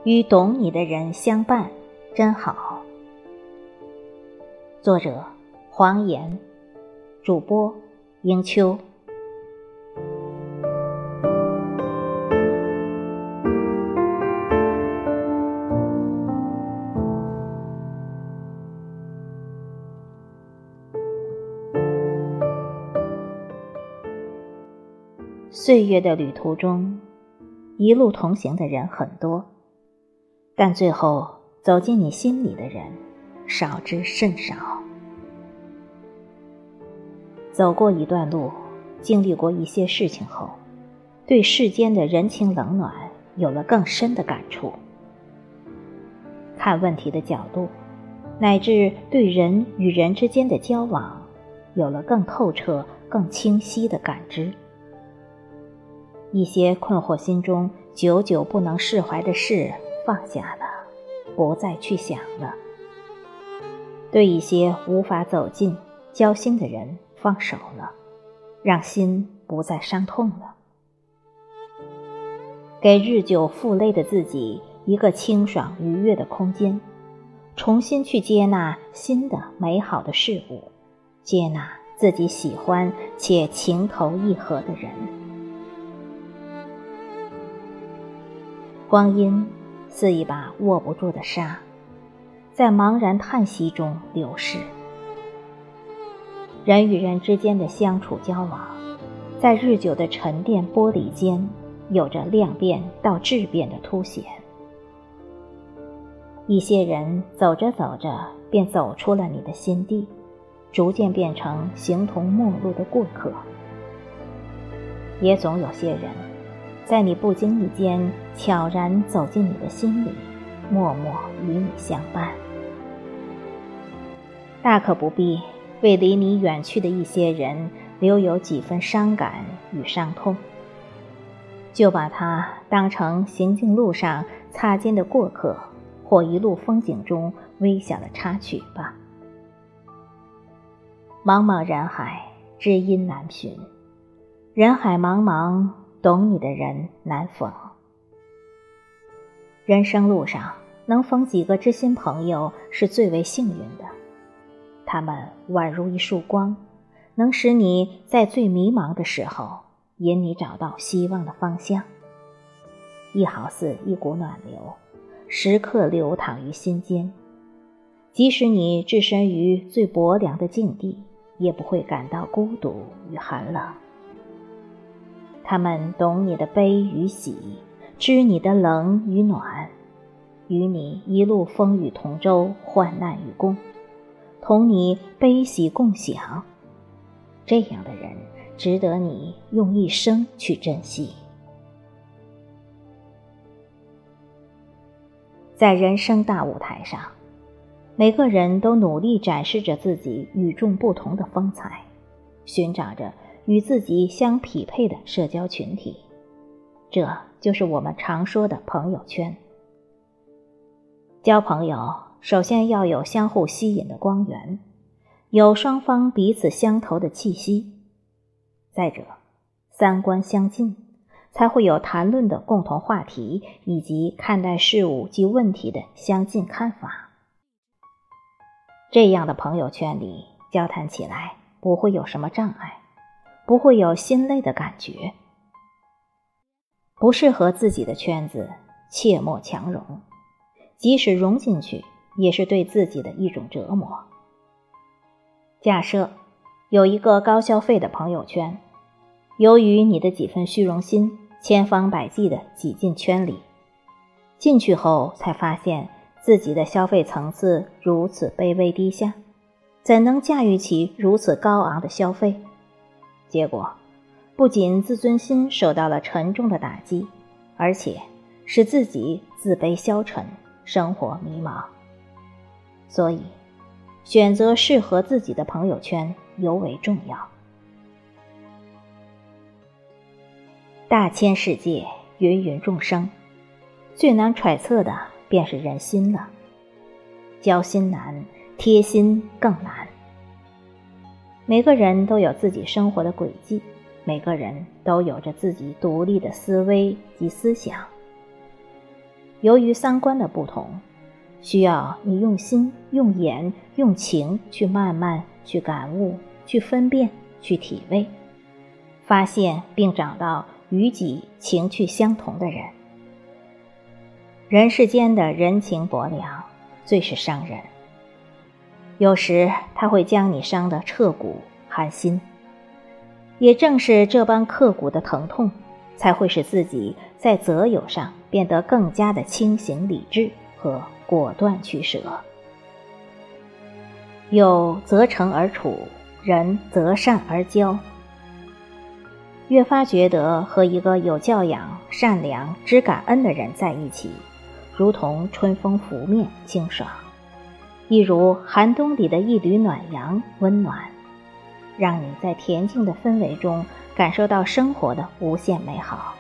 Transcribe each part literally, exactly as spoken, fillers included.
与懂你的人相伴，真好。作者：黄岩，主播：英秋。岁月的旅途中，一路同行的人很多，但最后走进你心里的人少之甚少。走过一段路，经历过一些事情后，对世间的人情冷暖有了更深的感触，看问题的角度，乃至对人与人之间的交往，有了更透彻、更清晰的感知。一些困惑心中久久不能释怀的事放下了，不再去想了。对一些无法走近交心的人放手了，让心不再伤痛了。给日久负累的自己一个清爽愉悦的空间，重新去接纳新的美好的事物，接纳自己喜欢且情投意合的人。光阴似一把握不住的沙，在茫然叹息中流逝。人与人之间的相处交往，在日久的沉淀剥离间，有着量变到质变的凸显。一些人走着走着便走出了你的心地，逐渐变成形同陌路的过客。也总有些人在你不经意间悄然走进你的心里，默默与你相伴。大可不必为离你远去的一些人留有几分伤感与伤痛，就把它当成行进路上擦肩的过客，或一路风景中微小的插曲吧。茫茫人海，知音难寻，人海茫茫，懂你的人难逢。人生路上能逢几个知心朋友是最为幸运的，他们宛如一束光，能使你在最迷茫的时候引你找到希望的方向，亦好似一股暖流，时刻流淌于心间。即使你置身于最薄凉的境地，也不会感到孤独与寒冷。他们懂你的悲与喜，知你的冷与暖，与你一路风雨同舟，患难与共，同你悲喜共享。这样的人值得你用一生去珍惜。在人生大舞台上，每个人都努力展示着自己与众不同的风采，寻找着与自己相匹配的社交群体，这就是我们常说的朋友圈。交朋友首先要有相互吸引的光源，有双方彼此相投的气息，再者三观相近，才会有谈论的共同话题，以及看待事物及问题的相近看法。这样的朋友圈里交谈起来不会有什么障碍，不会有心累的感觉。不适合自己的圈子切莫强融，即使融进去也是对自己的一种折磨。假设有一个高消费的朋友圈，由于你的几分虚荣心，千方百计地挤进圈里，进去后才发现自己的消费层次如此卑微低下，怎能驾驭起如此高昂的消费？结果不仅自尊心受到了沉重的打击，而且使自己自卑消沉，生活迷茫。所以选择适合自己的朋友圈尤为重要。大千世界，芸芸众生，最难揣测的便是人心了。交心难，贴心更难。每个人都有自己生活的轨迹，每个人都有着自己独立的思维及思想。 由于三观的不同，需要你用心、用眼、用情去慢慢去感悟、去分辨、去体味，发现并找到与己情趣相同的人。人世间的人情薄凉，最是伤人。有时它会将你伤得彻骨寒心，也正是这般刻骨的疼痛，才会使自己在择友上变得更加的清醒理智和果断取舍。友择诚而处，人择善而交。越发觉得和一个有教养、善良、知感恩的人在一起，如同春风拂面清爽，一如寒冬里的一缕暖阳温暖，让你在恬静的氛围中感受到生活的无限美好。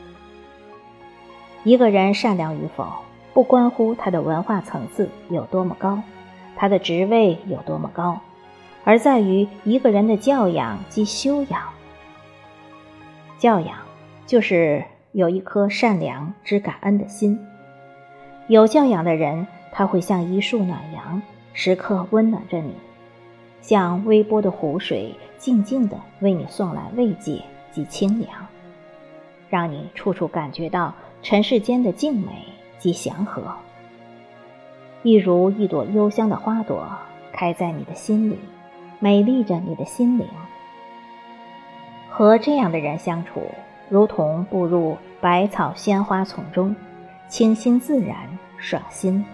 一个人善良与否，不关乎他的文化层次有多么高，他的职位有多么高，而在于一个人的教养及修养。教养就是有一颗善良知感恩的心。有教养的人，他会像一束暖阳，时刻温暖着你，像微波的湖水，静静地为你送来慰藉及清凉，让你处处感觉到尘世间的静美及祥和。一如一朵幽香的花朵，开在你的心里，美丽着你的心灵。和这样的人相处，如同步入百草鲜花丛中，清新自然，爽心。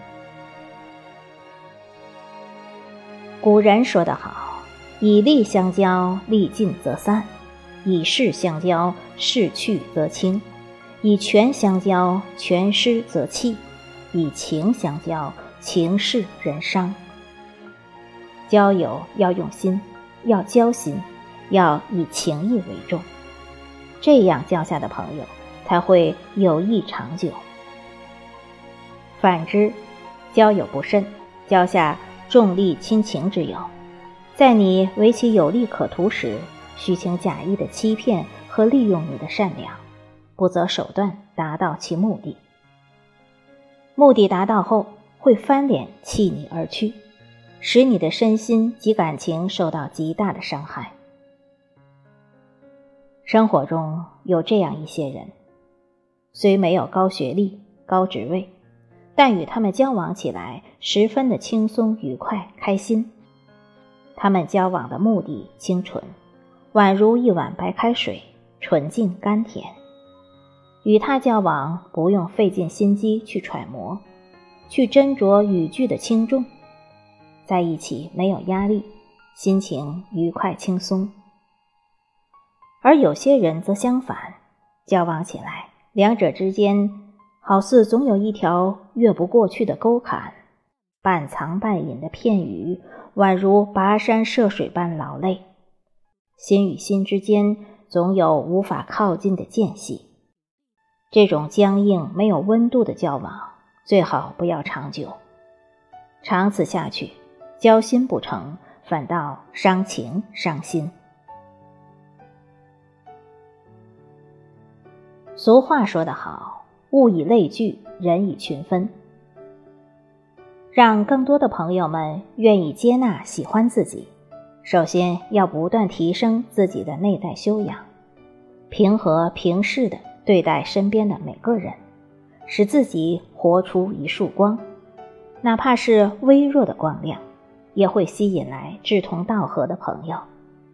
古人说得好，以利相交，利尽则散；以势相交，势去则清；以权相交，权失则弃；以情相交，情逝人伤。交友要用心，要交心，要以情义为重，这样交下的朋友才会友谊长久。反之，交友不慎，交下重利轻情之友，在你为其有利可图时，虚情假意的欺骗和利用你的善良，不择手段达到其目的。目的达到后，会翻脸弃你而去，使你的身心及感情受到极大的伤害。生活中有这样一些人，虽没有高学历、高职位，但与他们交往起来十分的轻松愉快开心。他们交往的目的清纯，宛如一碗白开水，纯净甘甜。与他交往不用费尽心机去揣摩，去斟酌语句的轻重，在一起没有压力，心情愉快轻松。而有些人则相反，交往起来两者之间好似总有一条越不过去的沟坎，半藏半隐的片语宛如跋山涉水般劳累，心与心之间总有无法靠近的间隙。这种僵硬没有温度的交往最好不要长久，长此下去，交心不成，反倒伤情伤心。俗话说得好，物以类聚，人以群分。让更多的朋友们愿意接纳喜欢自己，首先要不断提升自己的内在修养，平和平视地对待身边的每个人，使自己活出一束光，哪怕是微弱的光亮，也会吸引来志同道合的朋友。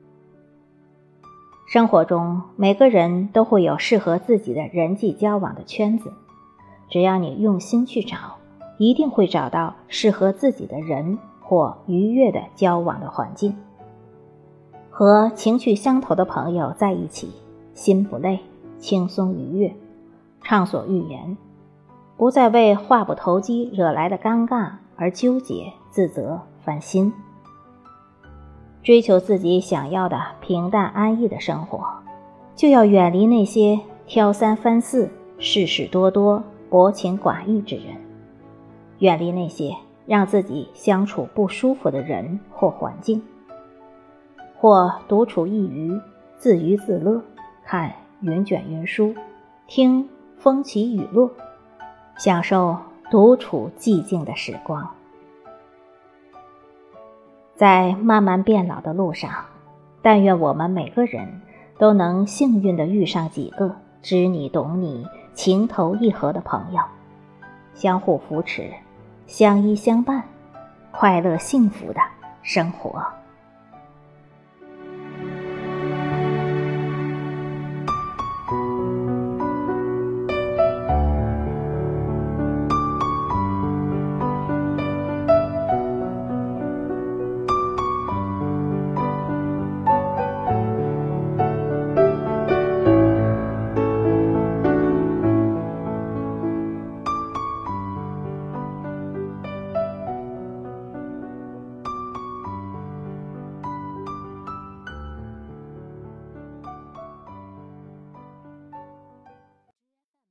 生活中每个人都会有适合自己的人际交往的圈子，只要你用心去找，一定会找到适合自己的人或愉悦的交往的环境。和情趣相投的朋友在一起，心不累，轻松愉悦，畅所欲言，不再为话不投机惹来的尴尬而纠结、自责、烦心。追求自己想要的平淡安逸的生活，就要远离那些挑三番四、事事多多、薄情寡义之人，远离那些让自己相处不舒服的人或环境，或独处一隅，自娱自乐，看云卷云舒，听风起雨落， 享受独处寂静的时光。在慢慢变老的路上，但愿我们每个人都能幸运地遇上几个知你懂你、情投意合的朋友，相互扶持，相依相伴，快乐幸福的生活。